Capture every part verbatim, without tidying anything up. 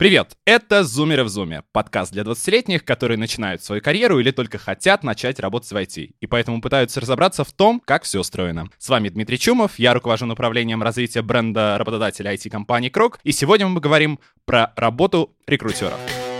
Привет! Это «Зумеры в Зуме» — подкаст для двадцатилетних, которые начинают свою карьеру или только хотят начать работать в ай ти, и поэтому пытаются разобраться в том, как все устроено. С вами Дмитрий Чумов, я руковожу направлением развития бренда работодателя ай ти-компании Крок, и сегодня мы говорим про работу рекрутеров.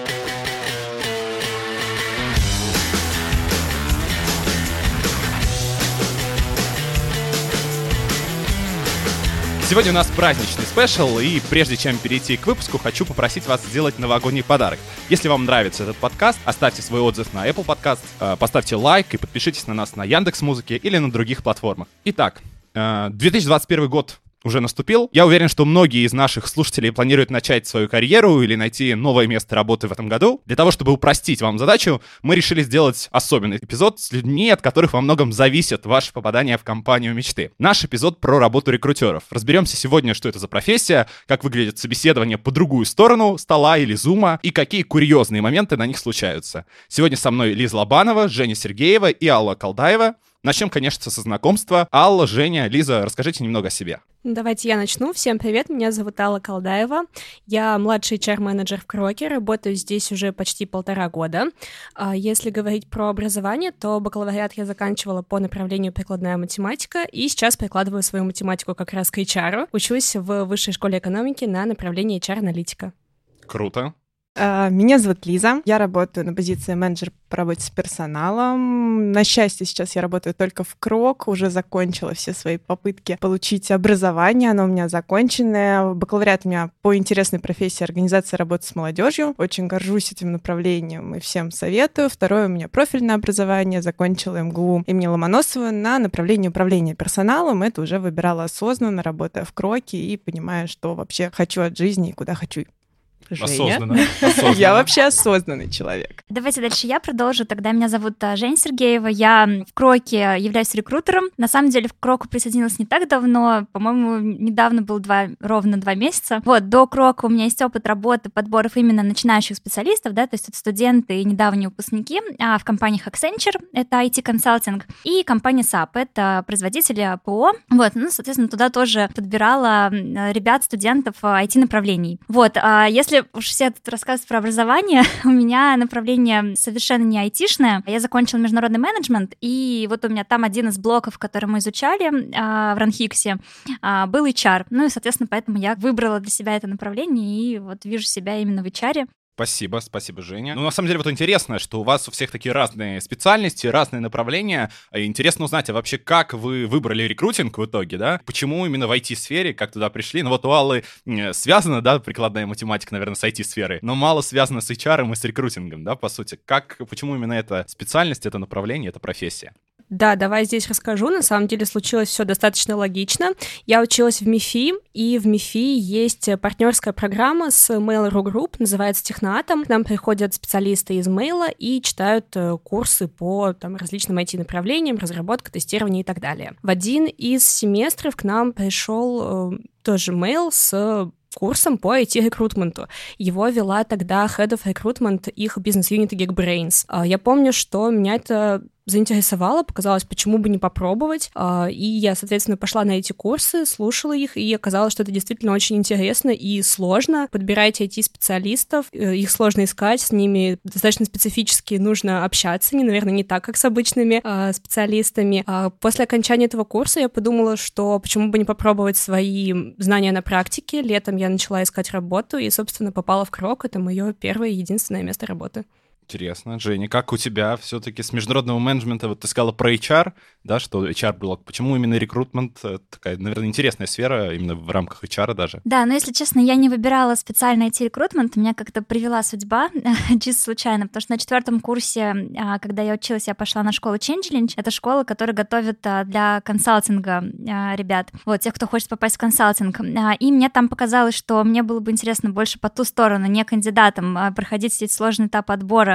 Сегодня у нас праздничный спешл, и прежде чем перейти к выпуску, хочу попросить вас сделать новогодний подарок. Если вам нравится этот подкаст, оставьте свой отзыв на Apple Podcast, поставьте лайк и подпишитесь на нас на Яндекс.Музыке или на других платформах. Итак, две тысячи двадцать первый год уже наступил. Я уверен, что многие из наших слушателей планируют начать свою карьеру или найти новое место работы в этом году. Для того, чтобы упростить вам задачу, мы решили сделать особенный эпизод с людьми, от которых во многом зависит ваше попадание в компанию мечты. Наш эпизод про работу рекрутеров. Разберемся сегодня, что это за профессия, как выглядит собеседование по другую сторону стола или зума, и какие курьезные моменты на них случаются. Сегодня со мной Лиза Лобанова, Женя Сергеева и Алла Колдаева. Начнем, конечно, со знакомства. Алла, Женя, Лиза, расскажите немного о себе. Давайте я начну. Всем привет, меня зовут Алла Колдаева. Я младший эйч ар-менеджер в Кроке, работаю здесь уже почти полтора года. Если говорить про образование, то бакалавриат я заканчивала по направлению прикладная математика, и сейчас прикладываю свою математику как раз к эйч ар. Учусь в Высшей школе экономики на направлении эйч ар-аналитика. Круто. Меня зовут Лиза, я работаю на позиции менеджер по работе с персоналом. На счастье, сейчас я работаю только в Крок, уже закончила все свои попытки получить образование, оно у меня законченное. Бакалавриат у меня по интересной профессии организация работы с молодежью. Очень горжусь этим направлением и всем советую. Второе у меня профильное образование, закончила эм гэ у имени Ломоносова на направлении управления персоналом. Это уже выбирала осознанно, работая в Кроке и понимая, что вообще хочу от жизни и куда хочу. Женя. Осознанно. Осознанно. Я вообще осознанный человек. Давайте дальше я продолжу. Тогда меня зовут Женя Сергеева. Я в Кроке являюсь рекрутером. На самом деле в Кроку присоединилась не так давно. По-моему, недавно было два, ровно два месяца. Вот, до Крока у меня есть опыт работы, подборов именно начинающих специалистов, да, то есть это студенты и недавние выпускники а в компаниях Accenture, это ай ти-консалтинг, и компания сап, это производители ПО. Вот, ну, соответственно, туда тоже подбирала ребят, студентов ай ти-направлений. Вот, а если уж все тут рассказывают про образование, у меня направление совершенно не айтишное. Я закончила международный менеджмент, и вот у меня там один из блоков, который мы изучали а, в Ранхиксе, а, был эйч ар. Ну и, соответственно, поэтому я выбрала для себя это направление, и вот вижу себя именно в эйч ар. Спасибо, спасибо, Женя. Ну, на самом деле, вот интересно, что у вас у всех такие разные специальности, разные направления. Интересно узнать, а вообще, как вы выбрали рекрутинг в итоге, да? Почему именно в ай ти-сфере, как туда пришли? Ну, вот у Аллы связана, да, прикладная математика, наверное, с ай ти-сферой, но мало связано с эйч ар и с рекрутингом, да, по сути. Как, почему именно эта специальность, это направление, эта профессия? Да, давай здесь расскажу. На самом деле случилось все достаточно логично. Я училась в МИФИ, и в МИФИ есть партнерская программа с Mail.ru Group, называется Техноатом. К нам приходят специалисты из Mail и читают курсы по там, различным ай ти-направлениям, разработка, тестирование и так далее. В один из семестров к нам пришел э, тоже Mail с курсом по ай ти-рекрутменту. Его вела тогда Head of Recruitment их бизнес-юнита Geekbrains. Я помню, что меня это заинтересовало, показалось, почему бы не попробовать. И я, соответственно, пошла на эти курсы, слушала их, и оказалось, что это действительно очень интересно и сложно. Подбирать ай ти-специалистов, их сложно искать, с ними достаточно специфически нужно общаться, не, наверное, не так, как с обычными а, специалистами. А после окончания этого курса я подумала, что почему бы не попробовать свои знания на практике. Летом я начала искать работу и, собственно, попала в Крок. Это мое первое и единственное место работы. Интересно. Женя, как у тебя все-таки с международного менеджмента, вот ты сказала про эйч ар, да, что эйч ар-блок, почему именно рекрутмент, такая, наверное, интересная сфера именно в рамках эйч ар даже? Да, но если честно, я не выбирала специально ай ти-рекрутмент, меня как-то привела судьба, чисто случайно, потому что на четвертом курсе, когда я училась, я пошла на школу Changelinch, это школа, которая готовит для консалтинга ребят, вот, тех, кто хочет попасть в консалтинг, и мне там показалось, что мне было бы интересно больше по ту сторону, не кандидатам, проходить эти сложные этапы отбора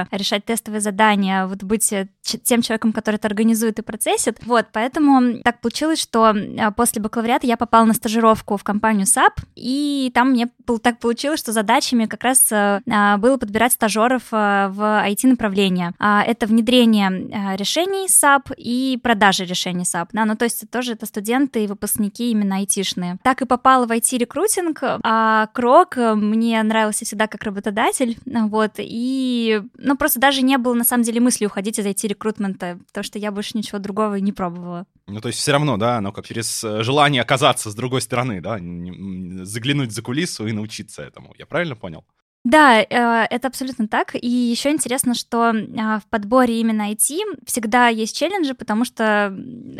решать тестовые задания, вот быть тем человеком, который это организует и процессит. Вот, поэтому так получилось, что после бакалавриата я попала на стажировку в компанию сап, и там мне так получилось, что задачами как раз было подбирать стажеров в ай ти-направление. Это внедрение решений сап и продажи решений сап. Да? Ну, то есть тоже это студенты и выпускники именно айтишные. Так и попала в ай ти-рекрутинг, а Крок мне нравился всегда как работодатель, вот, и, ну, просто даже не было, на самом деле, мысли уходить из ай ти-рекрутмента, потому что я больше ничего другого не пробовала. Ну, то есть все равно, да, оно как через желание оказаться с другой стороны, да, заглянуть за кулису и научиться этому. Я правильно понял? Да, это абсолютно так. И еще интересно, что в подборе именно ай ти всегда есть челленджи, потому что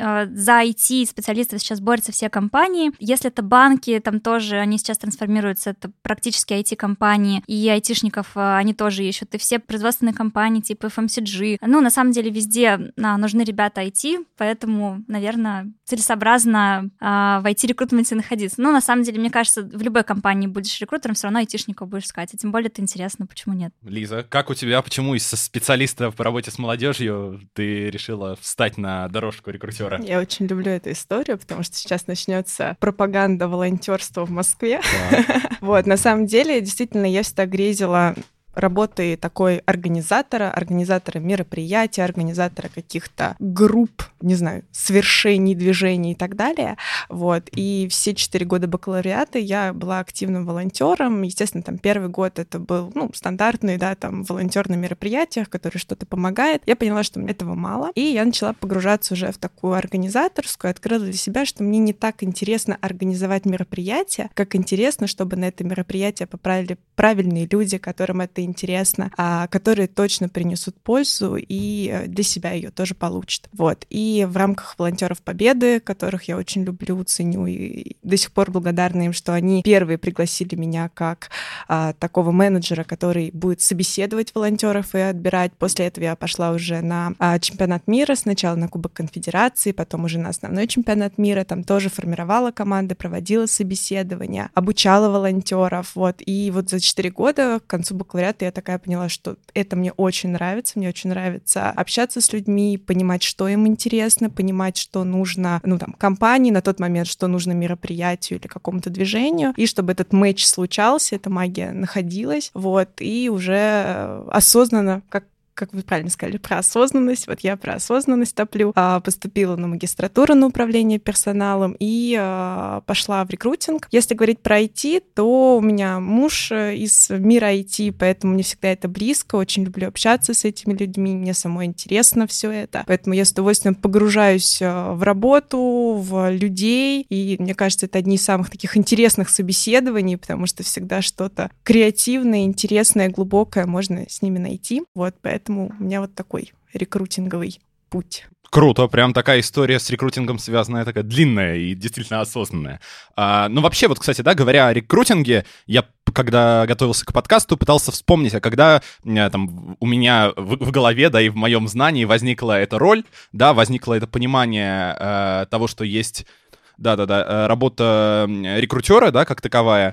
за ай ти-специалистов сейчас борются все компании. Если это банки, там тоже они сейчас трансформируются, это практически ай ти-компании, и айтишников они тоже ищут, и все производственные компании типа эф эм си джи. Ну, на самом деле, везде нужны ребята ай ти, поэтому, наверное, целесообразно в ай ти-рекрутменте находиться. Но на самом деле, мне кажется, в любой компании будешь рекрутером, все равно айтишников будешь искать. И тем более это интересно, почему нет? Лиза, как у тебя, почему из специалиста по работе с молодежью ты решила встать на дорожку рекрутера? Я очень люблю эту историю, потому что сейчас начнется пропаганда волонтерства в Москве. Вот, на самом деле, действительно, я всегда грезила работы такой организатора, организатора мероприятий, организатора каких-то групп, не знаю, свершений, движений и так далее. Вот. И все четыре года бакалавриата я была активным волонтером. Естественно, там первый год это был, ну, стандартный, да, там, волонтер на мероприятиях, который что-то помогает. Я поняла, что мне этого мало, и я начала погружаться уже в такую организаторскую, открыла для себя, что мне не так интересно организовать мероприятие, как интересно, чтобы на это мероприятие поправили правильные люди, которым это интересно, а, которые точно принесут пользу и для себя ее тоже получат. Вот. И в рамках волонтеров Победы, которых я очень люблю, ценю и до сих пор благодарна им, что они первые пригласили меня как а, такого менеджера, который будет собеседовать волонтеров и отбирать. После этого я пошла уже на а, чемпионат мира, сначала на Кубок Конфедерации, потом уже на основной чемпионат мира, там тоже формировала команды, проводила собеседования, обучала волонтеров. Вот. И вот за четыре года к концу бакалавриата я такая поняла, что это мне очень нравится, мне очень нравится общаться с людьми, понимать, что им интересно, понимать, что нужно, ну, там, компании на тот момент, что нужно мероприятию или какому-то движению, и чтобы этот матч случался, эта магия находилась, вот, и уже осознанно, как как вы правильно сказали, про осознанность. Вот я про осознанность топлю. Поступила на магистратуру на управление персоналом и пошла в рекрутинг. Если говорить про ай ти, то у меня муж из мира ай ти, поэтому мне всегда это близко. Очень люблю общаться с этими людьми. Мне самой интересно все это. Поэтому я с удовольствием погружаюсь в работу, в людей. И мне кажется, это одни из самых таких интересных собеседований, потому что всегда что-то креативное, интересное, глубокое можно с ними найти. Вот, поэтому Поэтому у меня вот такой рекрутинговый путь. Круто, прям такая история с рекрутингом связанная, такая длинная и действительно осознанная. А, ну, вообще, вот, кстати, да, говоря о рекрутинге, я, когда готовился к подкасту, пытался вспомнить, а когда там у меня в, в голове, да, и в моем знании возникла эта роль, да, возникло это понимание э, того, что есть, да-да-да, работа рекрутера, да, как таковая.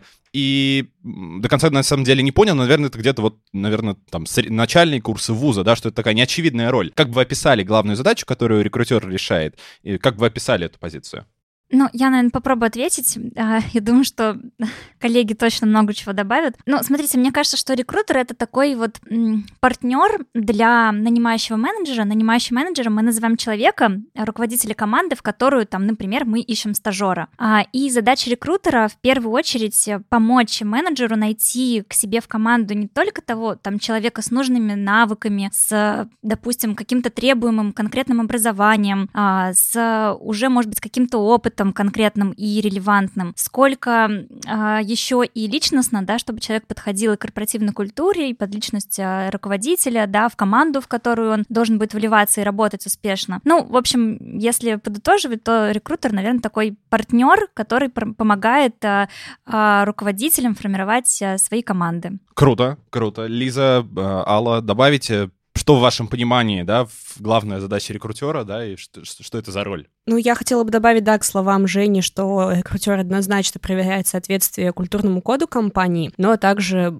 И до конца, на самом деле, не понял, но, наверное, это где-то вот, наверное, там, начальные курсы вуза, да, что это такая неочевидная роль. Как бы вы описали главную задачу, которую рекрутер решает, и как бы вы описали эту позицию? Ну, я, наверное, попробую ответить. Я думаю, что коллеги точно много чего добавят. Ну, смотрите, мне кажется, что рекрутер — это такой вот партнер для нанимающего менеджера. Нанимающим менеджером мы называем человека, руководителя команды, в которую, там, например, мы ищем стажера. И задача рекрутера в первую очередь помочь менеджеру найти к себе в команду не только того, там, человека с нужными навыками, с, допустим, каким-то требуемым конкретным образованием, с уже, может быть, каким-то опытом конкретным и релевантным, сколько а, еще и личностно, да, чтобы человек подходил и к корпоративной культуре, и под личность а, руководителя, да, в команду, в которую он должен будет вливаться и работать успешно. Ну, в общем, если подытоживать, то рекрутер, наверное, такой партнер, который пр- помогает а, а, руководителям формировать а, свои команды. Круто, круто. Лиза, Алла, добавите, что в вашем понимании, да, главная задача рекрутера, да, и что, что это за роль? Ну, я хотела бы добавить, да, к словам Жени, что рекрутер однозначно проверяет соответствие культурному коду компании, но также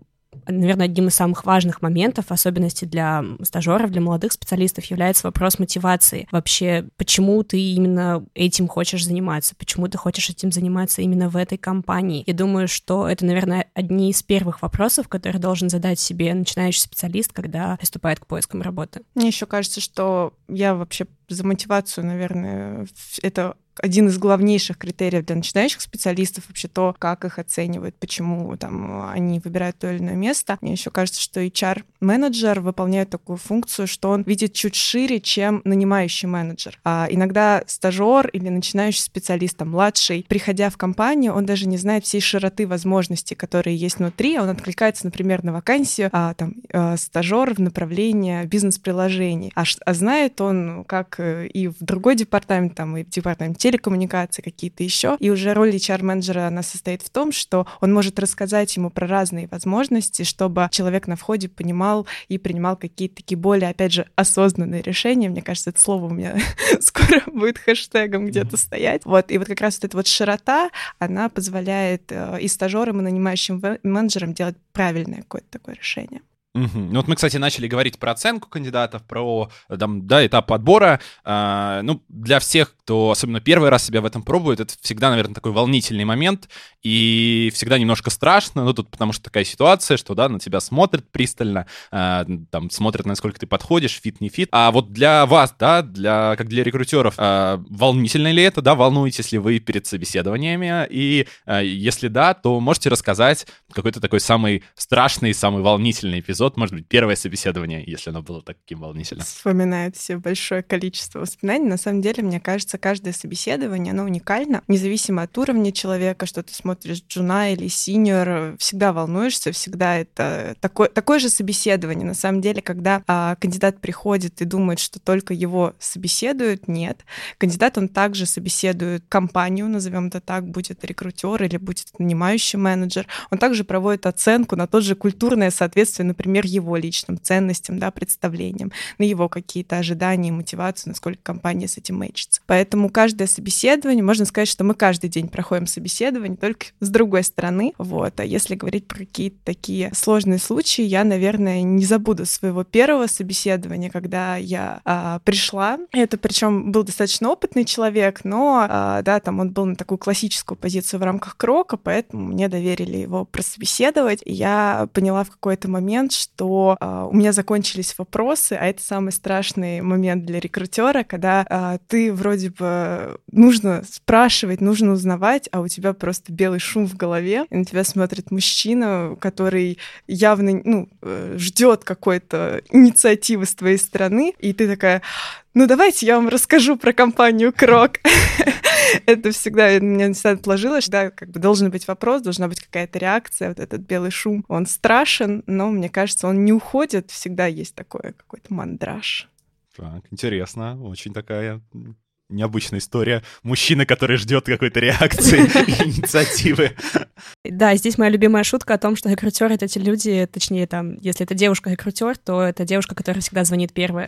наверное, одним из самых важных моментов, в особенности для стажеров, для молодых специалистов, является вопрос мотивации. Вообще, почему ты именно этим хочешь заниматься, почему ты хочешь этим заниматься именно в этой компании. Я думаю, что это, наверное, одни из первых вопросов, которые должен задать себе начинающий специалист, когда приступает к поискам работы. Мне еще кажется, что я вообще за мотивацию, наверное, это один из главнейших критериев для начинающих специалистов, вообще то, как их оценивают, почему там они выбирают то или иное место. Мне еще кажется, что эйч ар-менеджер выполняет такую функцию, что он видит чуть шире, чем нанимающий менеджер. А иногда стажер или начинающий специалист, там, младший, приходя в компанию, он даже не знает всей широты возможностей, которые есть внутри. Он откликается, например, на вакансию а, там, а, стажер в направлении бизнес-приложений. А, а знает он, как и в другой департамент, там, и в департамент телекоммуникации, какие-то еще. И уже роль эйч ар-менеджера, она состоит в том, что он может рассказать ему про разные возможности, чтобы человек на входе понимал и принимал какие-то такие более, опять же, осознанные решения. Мне кажется, это слово у меня скоро будет хэштегом где-то стоять. Вот. И вот как раз вот эта вот широта, она позволяет и стажерам, и нанимающим менеджерам делать правильное какое-то такое решение. Угу. Ну вот мы, кстати, начали говорить про оценку кандидатов, про там, да, этап отбора. А, ну, для всех, кто особенно первый раз себя в этом пробует, это всегда, наверное, такой волнительный момент, и всегда немножко страшно, ну, тут потому что такая ситуация, что, да, на тебя смотрят пристально, а, там, смотрят, насколько ты подходишь, фит, не фит. А вот для вас, да, для, как для рекрутеров, а, волнительно ли это, да, волнуетесь ли вы перед собеседованиями, и а, если да, то можете рассказать какой-то такой самый страшный, самый волнительный эпизод, может быть, первое собеседование, если оно было таким волнительным. Вспоминает все большое количество воспоминаний. На самом деле, мне кажется, каждое собеседование, оно уникально, независимо от уровня человека, что ты смотришь джуна или синьор, всегда волнуешься, всегда это такое, такое же собеседование. На самом деле, когда а, кандидат приходит и думает, что только его собеседуют, нет. Кандидат, он также собеседует компанию, назовем это так, будет рекрутер или будет нанимающий менеджер. Он также проводит оценку на тот же культурное соответствие, например, его личным ценностям, да, представлениям, на его какие-то ожидания, мотивацию, насколько компания с этим мэчится. Поэтому каждое собеседование, можно сказать, что мы каждый день проходим собеседование, только с другой стороны. Вот. А если говорить про какие-то такие сложные случаи, я, наверное, не забуду своего первого собеседования, когда я а, пришла. Это причем был достаточно опытный человек, но а, да, там он был на такую классическую позицию в рамках Крока, поэтому мне доверили его прособеседовать. И я поняла в какой-то момент, что э, у меня закончились вопросы, а это самый страшный момент для рекрутера, когда э, ты вроде бы нужно спрашивать, нужно узнавать, а у тебя просто белый шум в голове, и на тебя смотрит мужчина, который явно ну, э, ждет какой-то инициативы с твоей стороны, и ты такая: ну давайте я вам расскажу про компанию Крок. Это всегда, у меня всегда отложилось, да, как бы должен быть вопрос, должна быть какая-то реакция, вот этот белый шум, он страшен, но мне кажется, он не уходит, всегда есть такой какой-то мандраж. Так, интересно, очень такая необычная история. Мужчина, который ждет какой-то реакции, инициативы. Да, здесь моя любимая шутка о том, что рекрутер — это те люди, точнее, там, если это девушка-рекрутер, то это девушка, которая всегда звонит первая.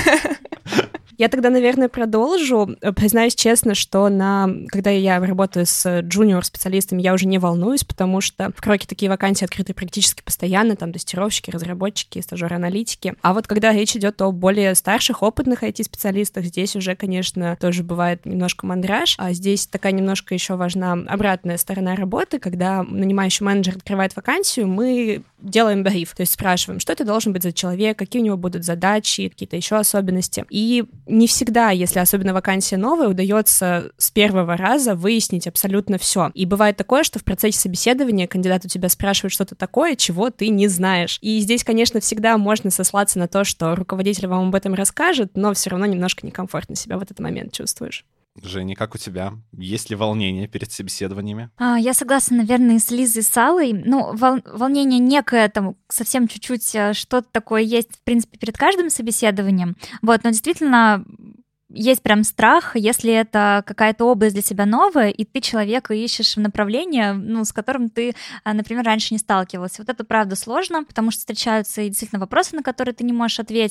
Я тогда, наверное, продолжу. Признаюсь честно, что на... когда я работаю с джуниор-специалистами, я уже не волнуюсь, потому что в Кроке такие вакансии открыты практически постоянно, там тестировщики, разработчики, стажеры-аналитики. А вот когда речь идет о более старших, опытных ай ти-специалистах, здесь уже, конечно, тоже бывает немножко мандраж, а здесь такая немножко еще важна обратная сторона работы, когда нанимающий менеджер открывает вакансию, мы делаем бриф, то есть спрашиваем, что это должен быть за человек, какие у него будут задачи, какие-то еще особенности. И не всегда, если особенно вакансия новая, удается с первого раза выяснить абсолютно все. И бывает такое, что в процессе собеседования кандидат у тебя спрашивает что-то такое, чего ты не знаешь. И здесь, конечно, всегда можно сослаться на то, что руководитель вам об этом расскажет, но все равно немножко некомфортно себя в этот момент чувствуешь. Женя, как у тебя? Есть ли волнение перед собеседованиями? А, я согласна, наверное, с Лизой, с Аллой. Ну, вол- волнение некое, там, совсем чуть-чуть что-то такое есть, в принципе, перед каждым собеседованием. Вот, но действительно есть прям страх, если это какая-то область для тебя новая, и ты человека ищешь в направлении, ну, с которым ты, например, раньше не сталкивался. Вот это, правда, сложно, потому что встречаются и действительно вопросы, на которые ты не можешь ответить.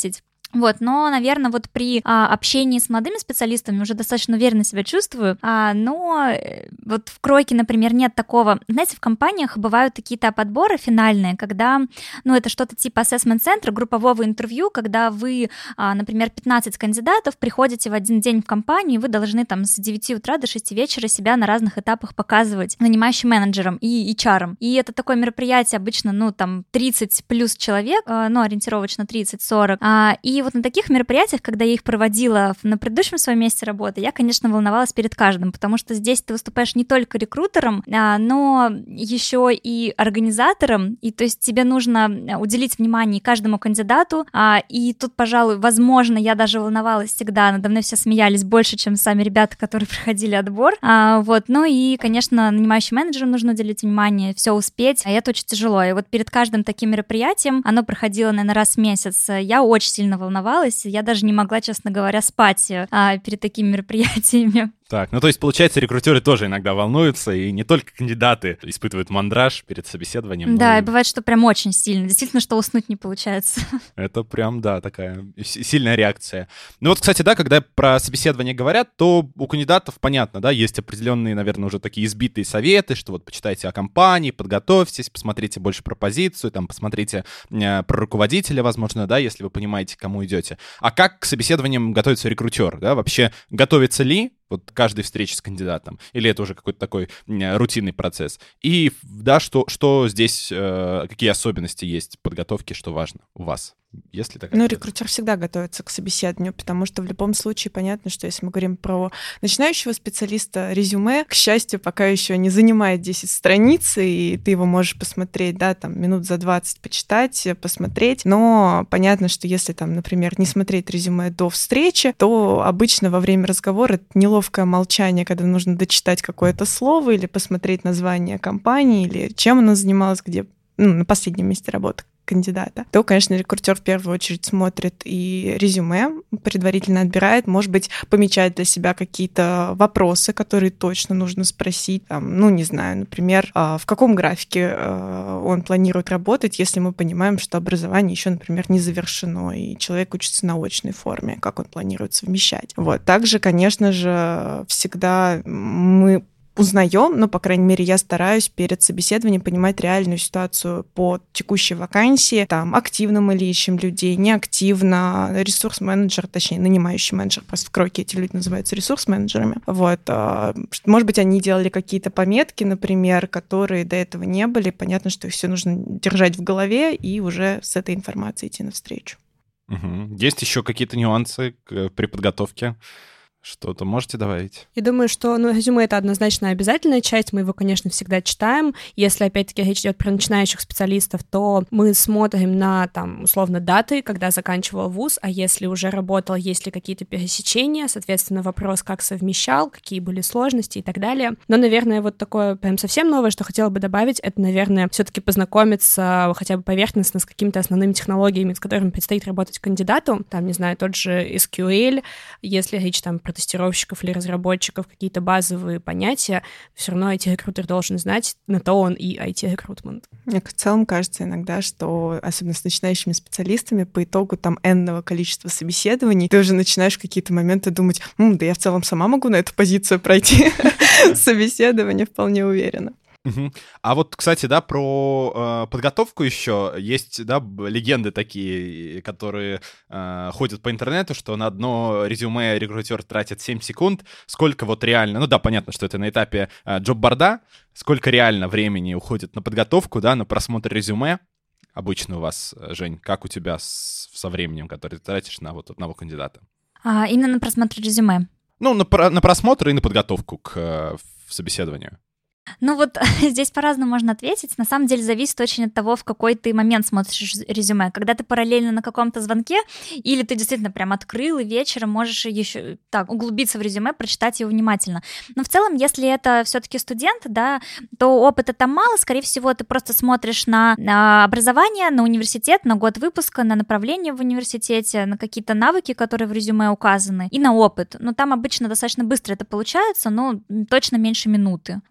Вот, но, наверное, вот при а, общении с молодыми специалистами уже достаточно уверенно себя чувствую, а, но вот в Кроке, например, нет такого. Знаете, в компаниях бывают какие-то подборы финальные, когда, ну, это что-то типа ассессмент-центра, группового интервью, когда вы, а, например, пятнадцать кандидатов приходите в один день в компанию, и вы должны там с девяти утра до шести вечера себя на разных этапах показывать нанимающим менеджерам и эйч ар. И это такое мероприятие обычно, ну, там, тридцать плюс человек, а, ну, ориентировочно тридцать-сорок, а, и И вот на таких мероприятиях, когда я их проводила на предыдущем своем месте работы, я, конечно, волновалась перед каждым, потому что здесь ты выступаешь не только рекрутером, но еще и организатором, и то есть тебе нужно уделить внимание каждому кандидату, и тут, пожалуй, возможно, я даже волновалась всегда, надо мной все смеялись больше, чем сами ребята, которые проходили отбор, вот, ну и, конечно, нанимающим менеджерам нужно уделить внимание, все успеть, а это очень тяжело, и вот перед каждым таким мероприятием, оно проходило, наверное, раз в месяц, я очень сильно волновалась, волновалась, я даже не могла, честно говоря, спать а, перед такими мероприятиями. Так, ну то есть, получается, рекрутеры тоже иногда волнуются, и не только кандидаты испытывают мандраж перед собеседованием. Да, и... и бывает, что прям очень сильно. Действительно, что уснуть не получается. Это прям, да, такая сильная реакция. Ну вот, кстати, да, когда про собеседование говорят, то у кандидатов, понятно, да, есть определенные, наверное, уже такие избитые советы, что вот почитайте о компании, подготовьтесь, посмотрите больше про позицию, там, посмотрите э, про руководителя, возможно, да, если вы понимаете, к кому идете. А как к собеседованиям готовится рекрутер, да, вообще готовится ли вот каждой встречи с кандидатом, или это уже какой-то такой э, рутинный процесс? И, да, что, что здесь, э, какие особенности есть подготовки, что важно у вас? Если такая ну, ответ. Рекрутер всегда готовится к собеседованию, потому что в любом случае понятно, что если мы говорим про начинающего специалиста, резюме, к счастью, пока еще не занимает десять страниц, и ты его можешь посмотреть, да, там, минут за двадцать почитать, посмотреть, но понятно, что если там, например, не смотреть резюме до встречи, то обычно во время разговора это неловкое молчание, когда нужно дочитать какое-то слово или посмотреть название компании, или чем она занималась, где, ну, на последнем месте работы кандидата, то, конечно, рекрутер в первую очередь смотрит и резюме, предварительно отбирает, может быть, помечает для себя какие-то вопросы, которые точно нужно спросить, там, ну, не знаю, например, в каком графике он планирует работать, если мы понимаем, что образование еще, например, не завершено, и человек учится на очной форме, как он планирует совмещать. Вот. Также, конечно же, всегда мы узнаем, но, по крайней мере, я стараюсь перед собеседованием понимать реальную ситуацию по текущей вакансии, там, активно мы ли ищем людей, неактивно, ресурс-менеджер, точнее, нанимающий менеджер, просто в Кроке эти люди называются ресурс-менеджерами. Вот. Может быть, они делали какие-то пометки, например, которые до этого не были. Понятно, что их все нужно держать в голове и уже с этой информацией идти навстречу. Угу. Есть еще какие-то нюансы при подготовке? Что-то можете добавить? Я думаю, что ну, резюме — это однозначно обязательная часть, мы его, конечно, всегда читаем. Если, опять-таки, речь идет про начинающих специалистов, то мы смотрим на, там, условно, даты, когда заканчивал вуз, а если уже работал, есть ли какие-то пересечения, соответственно, вопрос, как совмещал, какие были сложности и так далее. Но, наверное, вот такое прям совсем новое, что хотела бы добавить, это, наверное, все-таки познакомиться хотя бы поверхностно с какими-то основными технологиями, с которыми предстоит работать кандидату. Там, не знаю, тот же эс кью эль, если речь там про тестировщиков или разработчиков, какие-то базовые понятия, все равно ай ти-рекрутер должен знать, на то он и ай ти-рекрутмент. Мне в целом кажется иногда, что, особенно с начинающими специалистами, по итогу там энного количества собеседований, ты уже начинаешь в какие-то моменты думать, М, да я в целом сама могу на эту позицию пройти собеседование, вполне уверена. Угу. А вот, кстати, да, про э, подготовку еще есть, да, легенды такие, которые э, ходят по интернету, что на одно резюме рекрутер тратит семь секунд. Сколько вот реально, ну да, понятно, что это на этапе э, джоб-борда, сколько реально времени уходит на подготовку, да, на просмотр резюме? Обычно у вас, Жень, как у тебя с, со временем, которое ты тратишь на вот одного кандидата? А, именно на просмотр резюме? Ну, на, на просмотр и на подготовку к э, собеседованию. Ну вот здесь по-разному можно ответить. На самом деле зависит очень от того, в какой ты момент смотришь резюме. Когда ты параллельно на каком-то звонке, или ты действительно прям открыл и вечером можешь еще так углубиться в резюме, прочитать его внимательно. Но в целом, если это все-таки студент, да, то опыта там мало. Скорее всего, ты просто смотришь на, на образование, на университет, на год выпуска, на направление в университете, на какие-то навыки, которые в резюме указаны, и на опыт. Но там обычно достаточно быстро это получается, но точно меньше минуты. Вот. И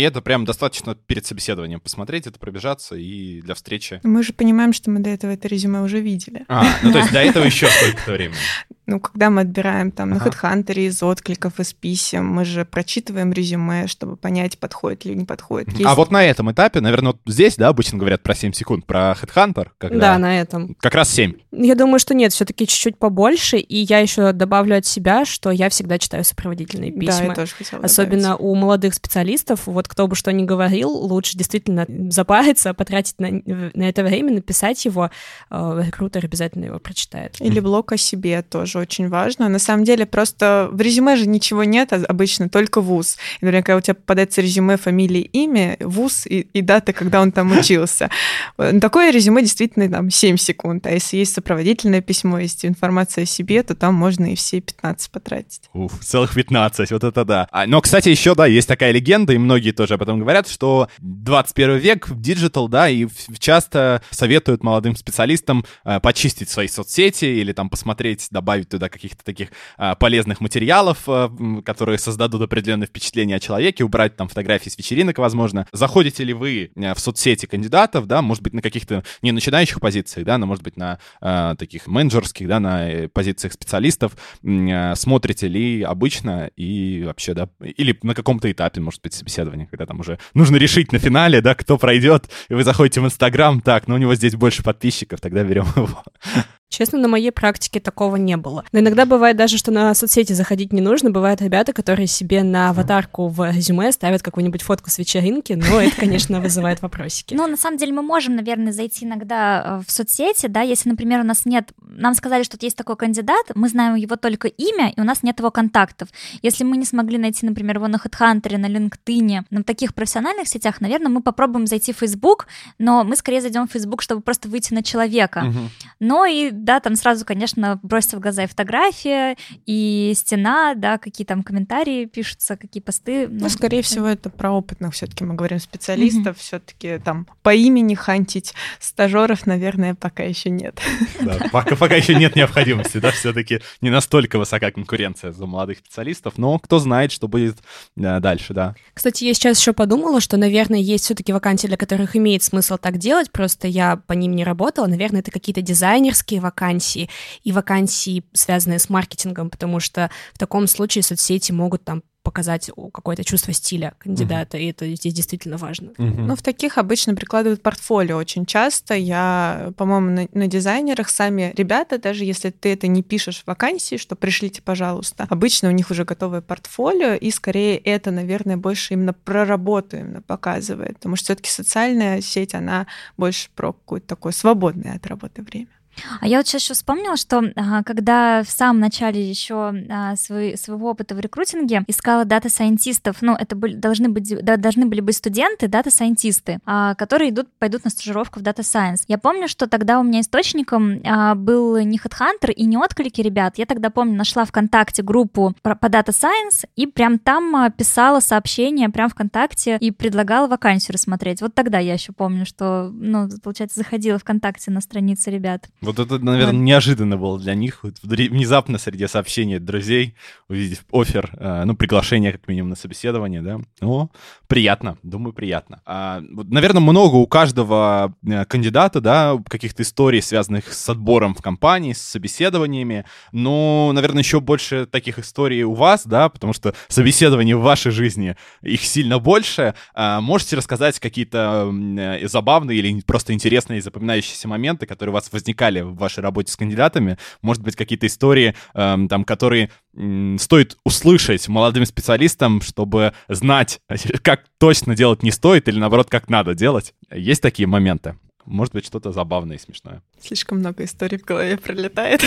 это прям достаточно перед собеседованием посмотреть, это пробежаться и для встречи. Мы же понимаем, что мы до этого это резюме уже видели. А, ну то есть до этого еще сколько-то времени. Ну, когда мы отбираем там Ага. на HeadHunter из откликов, из писем, мы же прочитываем резюме, чтобы понять, подходит или не подходит. А Есть- вот на этом этапе, наверное, вот здесь, да, обычно говорят про семь секунд, про HeadHunter, когда Да, на этом. как раз семь. Я думаю, что нет, все-таки чуть-чуть побольше, и я еще добавлю от себя, что я всегда читаю сопроводительные Да, письма. я тоже хотела Особенно добавить. у молодых специалистов, вот кто бы что ни говорил, лучше действительно запариться, потратить на, на это время, написать его, э, рекрутер обязательно его прочитает. Или блог о себе тоже очень важно. На самом деле просто в резюме же ничего нет, а обычно только вуз. И, например, когда у тебя попадается резюме, фамилия, имя, вуз и, и дата, когда он там учился. Такое резюме действительно там семь секунд. А если есть сопроводительное письмо, есть информация о себе, то там можно и все пятнадцать потратить. Уф, целых пятнадцать, вот это да. А, но, кстати, еще, да, есть такая легенда, и многие тоже об этом говорят, что двадцать первый век, диджитал, да, и в- часто советуют молодым специалистам э, почистить свои соцсети или там посмотреть, добавить туда каких-то таких э, полезных материалов, э, м, которые создадут определенное впечатление о человеке, убрать там фотографии с вечеринок, возможно. Заходите ли вы э, в соцсети кандидатов, да, может быть, на каких-то не начинающих позициях, да, но, может быть, на э, таких менеджерских, да, на э, позициях специалистов, м, э, смотрите ли обычно и вообще, да, или на каком-то этапе, может быть, собеседования, когда там уже нужно решить на финале, да, кто пройдет, и вы заходите в Инстаграм, так, ну у него здесь больше подписчиков, тогда берем его. Честно, на моей практике такого не было. Но иногда бывает даже, что на соцсети заходить не нужно. Бывают ребята, которые себе на аватарку в резюме ставят какую-нибудь фотку с вечеринки, но это, конечно, вызывает вопросики. Ну, на самом деле, мы можем, наверное, зайти иногда э, в соцсети, да, если, например, у нас нет... Нам сказали, что есть такой кандидат, мы знаем его только имя, и у нас нет его контактов. Если мы не смогли найти, например, его на HeadHunter, на LinkedIn, на таких профессиональных сетях, наверное, мы попробуем зайти в Facebook, но мы скорее зайдем в Facebook, чтобы просто выйти на человека. Мгм. Но и, да, там сразу, конечно, бросится в глаза и фотография, и стена, да, какие там комментарии пишутся, какие посты. Ну, скорее всего, это про опытных все-таки мы говорим специалистов, все-таки там по имени хантить стажеров, наверное, пока еще нет. Да, пока, пока еще нет необходимости, да, все-таки не настолько высока конкуренция за молодых специалистов, но кто знает, что будет э, дальше, да. Кстати, я сейчас еще подумала, что, наверное, есть все-таки вакансии, для которых имеет смысл так делать, просто я по ним не работала. Наверное, это какие-то дизайнерские вакансии и вакансии, связанные с маркетингом, потому что в таком случае соцсети могут там показать какое-то чувство стиля кандидата, и это здесь действительно важно. Мгм. Ну, в таких обычно прикладывают портфолио очень часто. Я, по-моему, на, на дизайнерах сами ребята, даже если ты это не пишешь в вакансии, что пришлите, пожалуйста, обычно у них уже готовое портфолио, и скорее это, наверное, больше именно про работу именно показывает, потому что все-таки социальная сеть, она больше про какое-то такое свободное от работы время. А я вот сейчас еще вспомнила, что а, когда в самом начале еще а, свой, своего опыта в рекрутинге искала дата-сайентистов, ну, это были, должны, быть, да, должны были быть студенты, дата-сайентисты, а, которые идут, пойдут на стажировку в Data Science. Я помню, что тогда у меня источником а, был не HeadHunter и не отклики ребят. Я тогда, помню, нашла ВКонтакте группу по, по Data Science и прям там а, писала сообщения прям ВКонтакте и предлагала вакансию рассмотреть. Вот тогда я еще помню, что, ну, получается, заходила ВКонтакте на страницы ребят. Вот это, наверное, неожиданно было для них. Вот вдри- внезапно среди сообщений от друзей увидеть оффер, э, ну, приглашение как минимум на собеседование, да. Ну, приятно, думаю, приятно. А, вот, наверное, много у каждого э, кандидата, да, каких-то историй, связанных с отбором в компании, с собеседованиями. Но, наверное, еще больше таких историй у вас, да, потому что собеседований в вашей жизни, их сильно больше. А, можете рассказать какие-то э, забавные или просто интересные и запоминающиеся моменты, которые у вас возникали в вашей работе с кандидатами? Может быть, какие-то истории, эм, там, которые м, стоит услышать молодым специалистам, чтобы знать, как точно делать не стоит или, наоборот, как надо делать? Есть такие моменты? Может быть, что-то забавное и смешное. Слишком много историй в голове пролетает.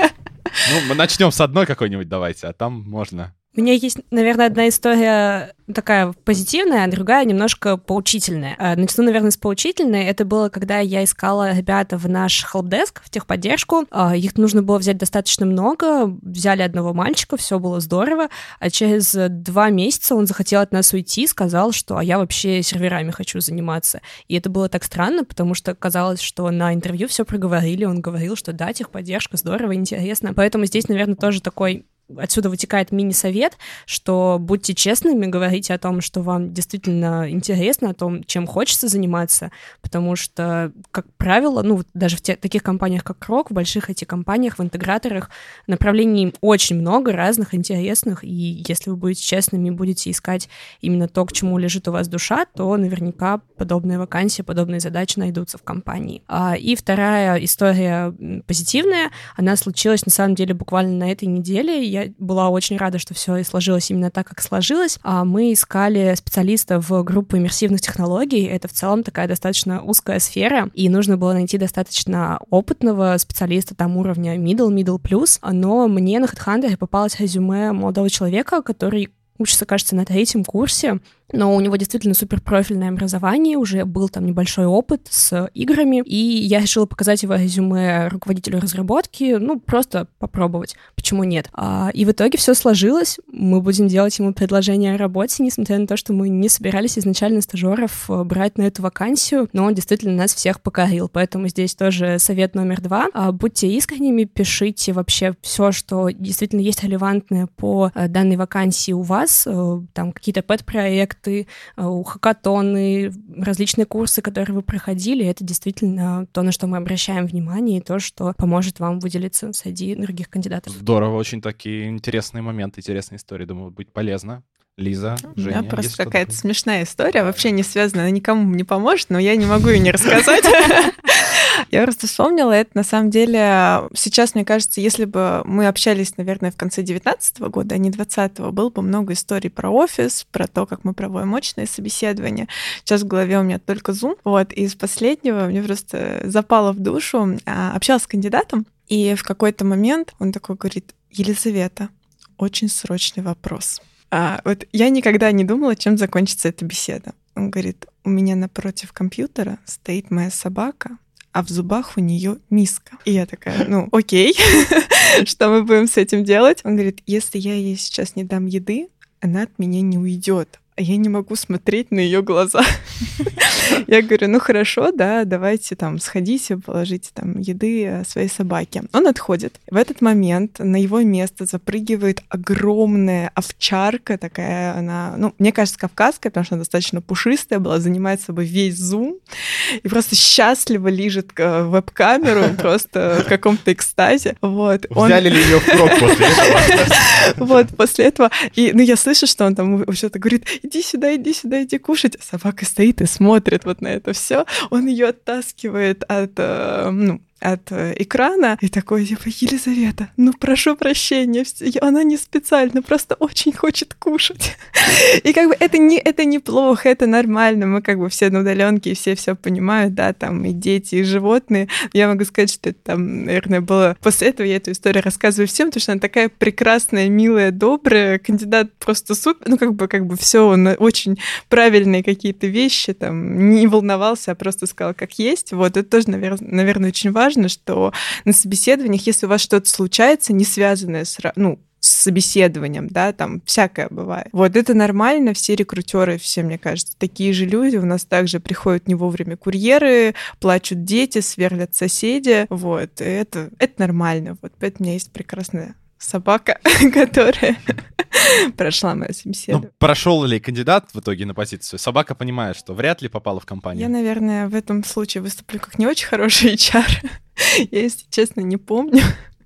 Ну, мы начнем с одной какой-нибудь, давайте, а там можно... У меня есть, наверное, одна история такая позитивная, а другая немножко поучительная. А, Начну, наверное, с поучительной. Это было, когда я искала ребята в наш helpdesk, в техподдержку. А, Их нужно было взять достаточно много. Взяли одного мальчика, все было здорово. А через два месяца он захотел от нас уйти, сказал, что а я вообще серверами хочу заниматься. И это было так странно, потому что казалось, что на интервью все проговорили. Он говорил, что да, техподдержка, здорово, интересно. Поэтому здесь, наверное, тоже такой отсюда вытекает мини-совет, что будьте честными, говорите о том, что вам действительно интересно, о том, чем хочется заниматься, потому что, как правило, ну, даже в те, таких компаниях, как Крок, в больших ай ти-компаниях, в интеграторах направлений очень много разных, интересных, и если вы будете честными, будете искать именно то, к чему лежит у вас душа, то наверняка подобные вакансии, подобные задачи найдутся в компании. И вторая история позитивная, она случилась, на самом деле, буквально на этой неделе. Я была очень рада, что все и сложилось именно так, как сложилось. Мы искали специалиста в группу иммерсивных технологий. Это в целом такая достаточно узкая сфера, и нужно было найти достаточно опытного специалиста там уровня middle, middle plus, но мне на HeadHunter попалось резюме молодого человека, который учится, кажется, на третьем курсе, но у него действительно суперпрофильное образование, уже был там небольшой опыт с играми, и я решила показать его резюме руководителю разработки, ну, просто попробовать, почему нет. А, и в итоге все сложилось, мы будем делать ему предложение о работе, несмотря на то, что мы не собирались изначально стажеров брать на эту вакансию, но он действительно нас всех покорил, поэтому здесь тоже совет номер два. А, будьте искренними, пишите вообще все, что действительно есть релевантное по а, данной вакансии у вас, а, там какие-то пэт-проекты, хакатоны, различные курсы, которые вы проходили, это действительно то, на что мы обращаем внимание, и то, что поможет вам выделиться среди других кандидатов. Здорово, очень такие интересные моменты, интересные истории, думаю, будет полезно. Лиза, Женя. У меня просто какая-то смешная история, вообще не связана, она никому не поможет, но я не могу ее не рассказать. Я просто вспомнила это, на самом деле, сейчас, мне кажется, если бы мы общались, наверное, в конце девятнадцатого года, а не двадцатого, было бы много историй про офис, про то, как мы проводим очные собеседования. Сейчас в голове у меня только Zoom. Вот, и из последнего мне просто запало в душу. Общалась с кандидатом, и в какой-то момент он такой говорит: Елизавета, очень срочный вопрос. А, вот я никогда не думала, чем закончится эта беседа. Он говорит: у меня напротив компьютера стоит моя собака, а в зубах у нее миска. И я такая: ну, окей, что мы будем с этим делать? Он говорит: если я ей сейчас не дам еды, она от меня не уйдет. А я не могу смотреть на ее глаза. Я говорю: ну хорошо, да, давайте там сходите, положите там еды своей собаке. Он отходит. В этот момент на его место запрыгивает огромная овчарка, такая она, ну, мне кажется, кавказская, потому что она достаточно пушистая была, занимает собой весь зум и просто счастливо лижет веб-камеру, просто в каком-то экстазе. Вот. Взяли ли ее в крок после этого? Вот, после этого. И, ну, я слышу, что он там что-то говорит: иди сюда, иди сюда, иди кушать. Собака стоит и смотрит вот на это все. Он ее оттаскивает от, ну, от экрана и такой, типа: Елизавета, ну прошу прощения, она не специально, просто очень хочет кушать. И как бы это, не, это неплохо, это нормально, мы как бы все на удаленке, и все все понимают, да, там и дети, и животные. Я могу сказать, что это там, наверное, было... После этого я эту историю рассказываю всем, потому что она такая прекрасная, милая, добрая, кандидат просто супер, ну как бы, как бы все, он очень правильные какие-то вещи, там, не волновался, а просто сказал, как есть. Вот, это тоже, наверное, наверное очень важно. Важно, что на собеседованиях, если у вас что-то случается, не связанное с, ну, с собеседованием, да, там всякое бывает. Вот это нормально, все рекрутеры, все, мне кажется, такие же люди. У нас также приходят не вовремя курьеры, плачут дети, сверлят соседи. Вот, и это, это нормально. Вот поэтому у меня есть прекрасная собака, которая прошла мое собеседование. Ну, прошел ли кандидат в итоге на позицию? Собака понимает, что вряд ли попала в компанию. Я, наверное, в этом случае выступлю как не очень хороший эйч ар. Я, если честно, не помню.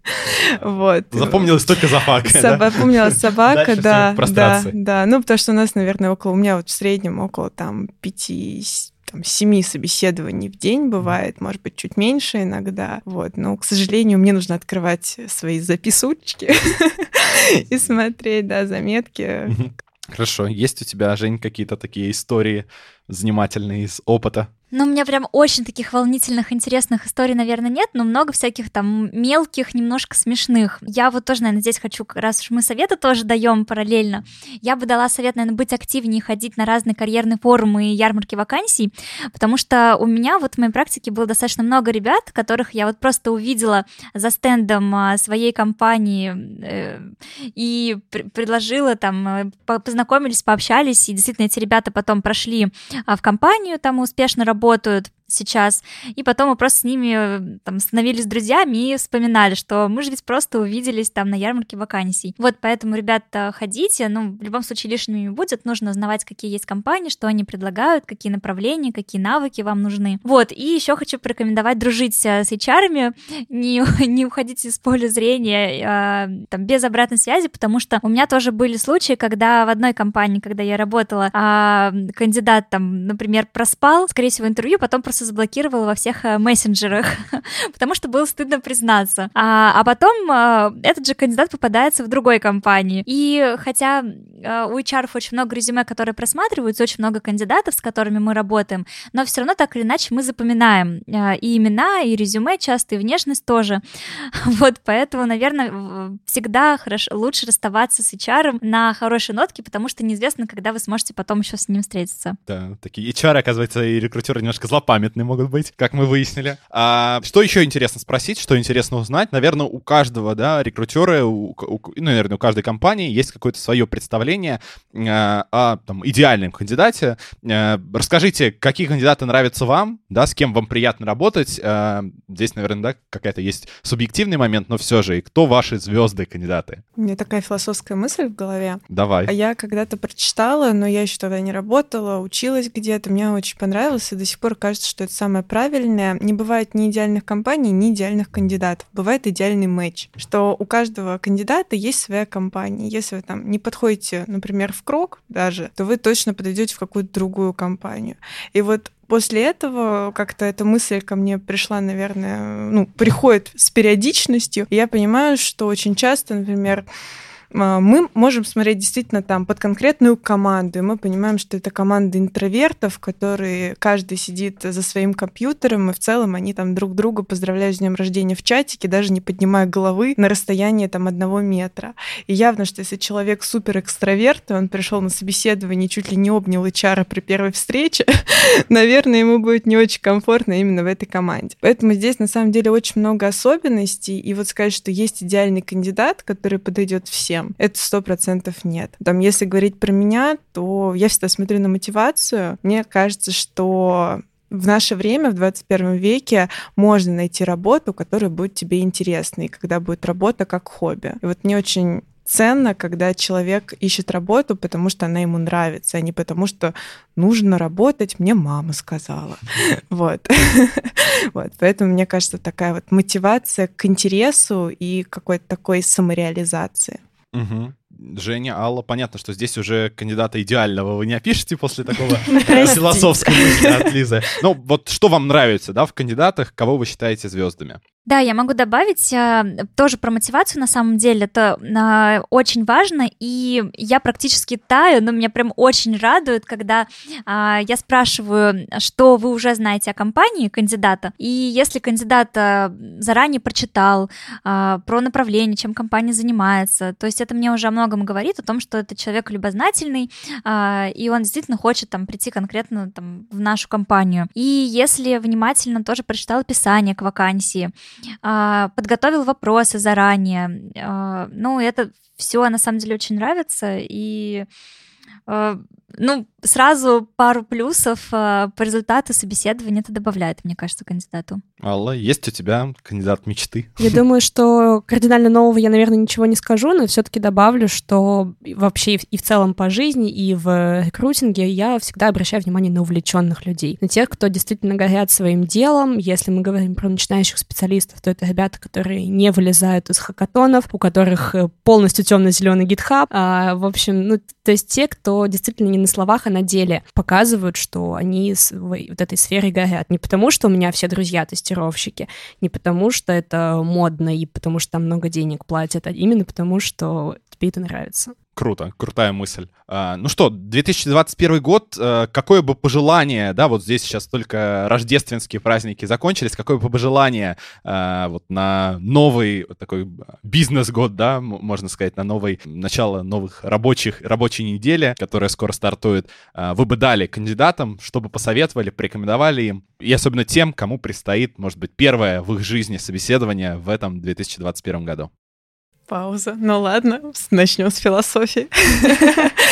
Вот. Запомнилась только собака. Соба- да? Запомнилась собака, да, да, да. да. Ну, потому что у нас, наверное, около, у меня вот в среднем около там пяти, там, семи собеседований в день бывает, может быть, чуть меньше иногда. Вот. Но, к сожалению, мне нужно открывать свои записулечки и смотреть, да, заметки. Хорошо. Есть у тебя, Жень, какие-то такие истории занимательные из опыта? Ну, у меня прям очень таких волнительных, интересных историй, наверное, нет, но много всяких там мелких, немножко смешных. Я вот тоже, наверное, здесь хочу, раз уж мы советы тоже даем параллельно, я бы дала совет, наверное, быть активнее, ходить на разные карьерные форумы и ярмарки вакансий, потому что у меня вот в моей практике было достаточно много ребят, которых я вот просто увидела за стендом своей компании э, и пр- предложила там, познакомились, пообщались, и действительно эти ребята потом прошли в компанию, там успешно работают. сейчас. И потом мы просто с ними там становились друзьями и вспоминали, что мы же ведь просто увиделись там на ярмарке вакансий. Вот, поэтому, ребята, ходите, ну, в любом случае лишним не будет, нужно узнавать, какие есть компании, что они предлагают, какие направления, какие навыки вам нужны. Вот, и еще хочу порекомендовать дружить с эйч ар-ами, не, не уходить из поля зрения а, там, без обратной связи, потому что у меня тоже были случаи, когда в одной компании, когда я работала, а, кандидат там, например, проспал, скорее всего, интервью, потом просто заблокировал во всех мессенджерах, потому что было стыдно признаться. А, а потом а, этот же кандидат попадается в другой компании. И хотя а, у эйч ар-ов очень много резюме, которые просматриваются, очень много кандидатов, с которыми мы работаем, но все равно так или иначе мы запоминаем а, и имена, и резюме часто, и внешность тоже. Вот, поэтому, наверное, всегда хорошо, лучше расставаться с эйч ар на хорошей нотке, потому что неизвестно, когда вы сможете потом еще с ним встретиться. Да, такие эйч ар, оказывается, и рекрутеры немножко злопамятные могут быть, как мы выяснили. А что еще интересно спросить, что интересно узнать? Наверное, у каждого, да, рекрутера, у, у, ну, наверное, у каждой компании есть какое-то свое представление э, о там, идеальном кандидате. Э, расскажите, какие кандидаты нравятся вам, да, с кем вам приятно работать. Э, здесь, наверное, да, какая-то есть субъективный момент, но все же, и кто ваши звезды-кандидаты? У меня такая философская мысль в голове. Давай. А я когда-то прочитала, но я еще тогда не работала, училась где-то, мне очень понравилось, и до сих пор кажется, что это самое правильное. Не бывает ни идеальных компаний, ни идеальных кандидатов. Бывает идеальный матч, что у каждого кандидата есть своя компания. Если вы там не подходите, например, в Крок даже, то вы точно подойдете в какую-то другую компанию. И вот после этого как-то эта мысль ко мне пришла, наверное, ну, приходит с периодичностью. И я понимаю, что очень часто, например, мы можем смотреть действительно там под конкретную команду, и мы понимаем, что это команда интровертов, которые каждый сидит за своим компьютером, и в целом они там друг друга поздравляют с днем рождения в чатике, даже не поднимая головы на расстоянии там одного метра. И явно, что если человек супер экстраверт, и он пришел на собеседование, чуть ли не обнял эйч ар при первой встрече, наверное, ему будет не очень комфортно именно в этой команде. Поэтому здесь на самом деле очень много особенностей, и вот сказать, что есть идеальный кандидат, который подойдет всем, это сто процентов нет. Там, если говорить про меня, то я всегда смотрю на мотивацию. Мне кажется, что в наше время, в двадцать первом веке, можно найти работу, которая будет тебе интересна, и когда будет работа как хобби. И вот мне очень ценно, когда человек ищет работу, потому что она ему нравится, а не потому что нужно работать, мне мама сказала. Вот. Вот. Поэтому, мне кажется, такая вот мотивация к интересу и какой-то такой самореализации. Угу. Женя, Алла, понятно, что здесь уже кандидата идеального вы не опишете после такого философского мысли от Лизы. Ну, вот что вам нравится, да, в кандидатах, кого вы считаете звездами? Да, я могу добавить э, тоже про мотивацию, на самом деле, это э, очень важно, и я практически таю, но меня прям очень радует, когда э, я спрашиваю, что вы уже знаете о компании кандидата, и если кандидат э, заранее прочитал э, про направление, чем компания занимается, то есть это мне уже о многом говорит, о том, что это человек любознательный, э, и он действительно хочет там прийти конкретно там, в нашу компанию. И если внимательно тоже прочитал описание к вакансии, подготовил вопросы заранее. Ну, это все на самом деле очень нравится, и ну, сразу пару плюсов по результату собеседования это добавляет, мне кажется, кандидату. Алла, есть у тебя кандидат мечты? Я думаю, что кардинально нового я, наверное, ничего не скажу, но все-таки добавлю, что вообще и в целом по жизни, и в рекрутинге я всегда обращаю внимание на увлеченных людей, на тех, кто действительно горят своим делом. Если мы говорим про начинающих специалистов, то это ребята, которые не вылезают из хакатонов, у которых полностью темно-зеленый GitHub. А, в общем, ну, то есть те, кто действительно не на словах, а на деле показывают, что они в вот этой сфере горят. Не потому, что у меня все друзья тестировщики, не потому, что это модно и потому, что там много денег платят, а именно потому, что тебе это нравится. Круто, крутая мысль. А, ну что, две тысячи двадцать первый год, а, какое бы пожелание, да, вот здесь сейчас только рождественские праздники закончились, какое бы пожелание а, вот на новый вот такой бизнес-год, да, можно сказать, на новый, начало новых рабочих, рабочей недели, которая скоро стартует, а, вы бы дали кандидатам, чтобы посоветовали, порекомендовали им, и особенно тем, кому предстоит, может быть, первое в их жизни собеседование в этом две тысячи двадцать первом году? Пауза. Ну ладно, начнем с философии.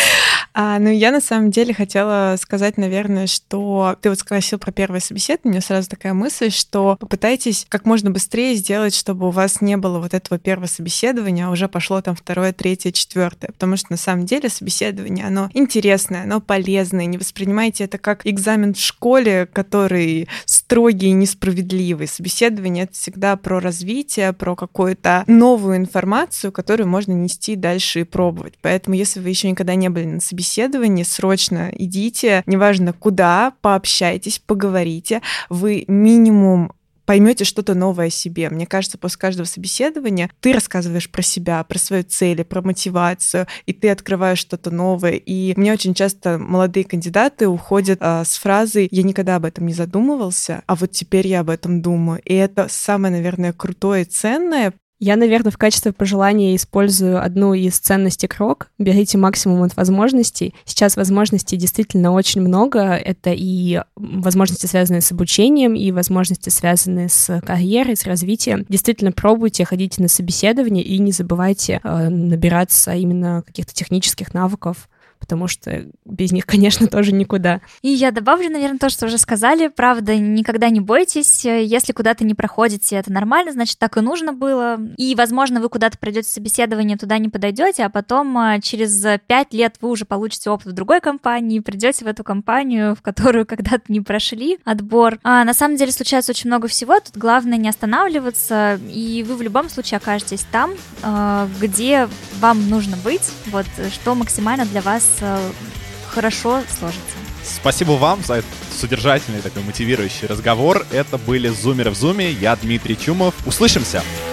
А, ну, я на самом деле хотела сказать, наверное, что ты вот спросил про первое собеседование, у меня сразу такая мысль, что попытайтесь как можно быстрее сделать, чтобы у вас не было вот этого первого собеседования, а уже пошло там второе, третье, четвертое, потому что на самом деле собеседование, оно интересное, оно полезное, не воспринимайте это как экзамен в школе, который строгий и несправедливый. Собеседование — это всегда про развитие, про какую-то новую информацию, которую можно нести дальше и пробовать. Поэтому, если вы еще никогда не были на собеседовании, срочно идите, неважно куда, пообщайтесь, поговорите. Вы минимум поймете что-то новое о себе. Мне кажется, после каждого собеседования ты рассказываешь про себя, про свои цели, про мотивацию, и ты открываешь что-то новое. И мне очень часто молодые кандидаты уходят а, с фразой «я никогда об этом не задумывался, а вот теперь я об этом думаю». И это самое, наверное, крутое и ценное. Я, наверное, в качестве пожелания использую одну из ценностей Крок. Берите максимум от возможностей. Сейчас возможностей действительно очень много. Это и возможности, связанные с обучением, и возможности, связанные с карьерой, с развитием. Действительно, пробуйте, ходите на собеседование и не забывайте э, набираться именно каких-то технических навыков, потому что без них, конечно, тоже никуда. И я добавлю, наверное, то, что уже сказали. Правда, никогда не бойтесь. Если куда-то не проходите, это нормально, значит, так и нужно было. И, возможно, вы куда-то пройдете собеседование, туда не подойдете, а потом через пять лет вы уже получите опыт в другой компании, придете в эту компанию, в которую когда-то не прошли отбор. А на самом деле случается очень много всего. Тут главное не останавливаться, и вы в любом случае окажетесь там, где вам нужно быть, вот, что максимально для вас хорошо сложится. Спасибо вам за этот содержательный такой мотивирующий разговор. Это были «Зумеры в Зуме». Я Дмитрий Чумов. Услышимся!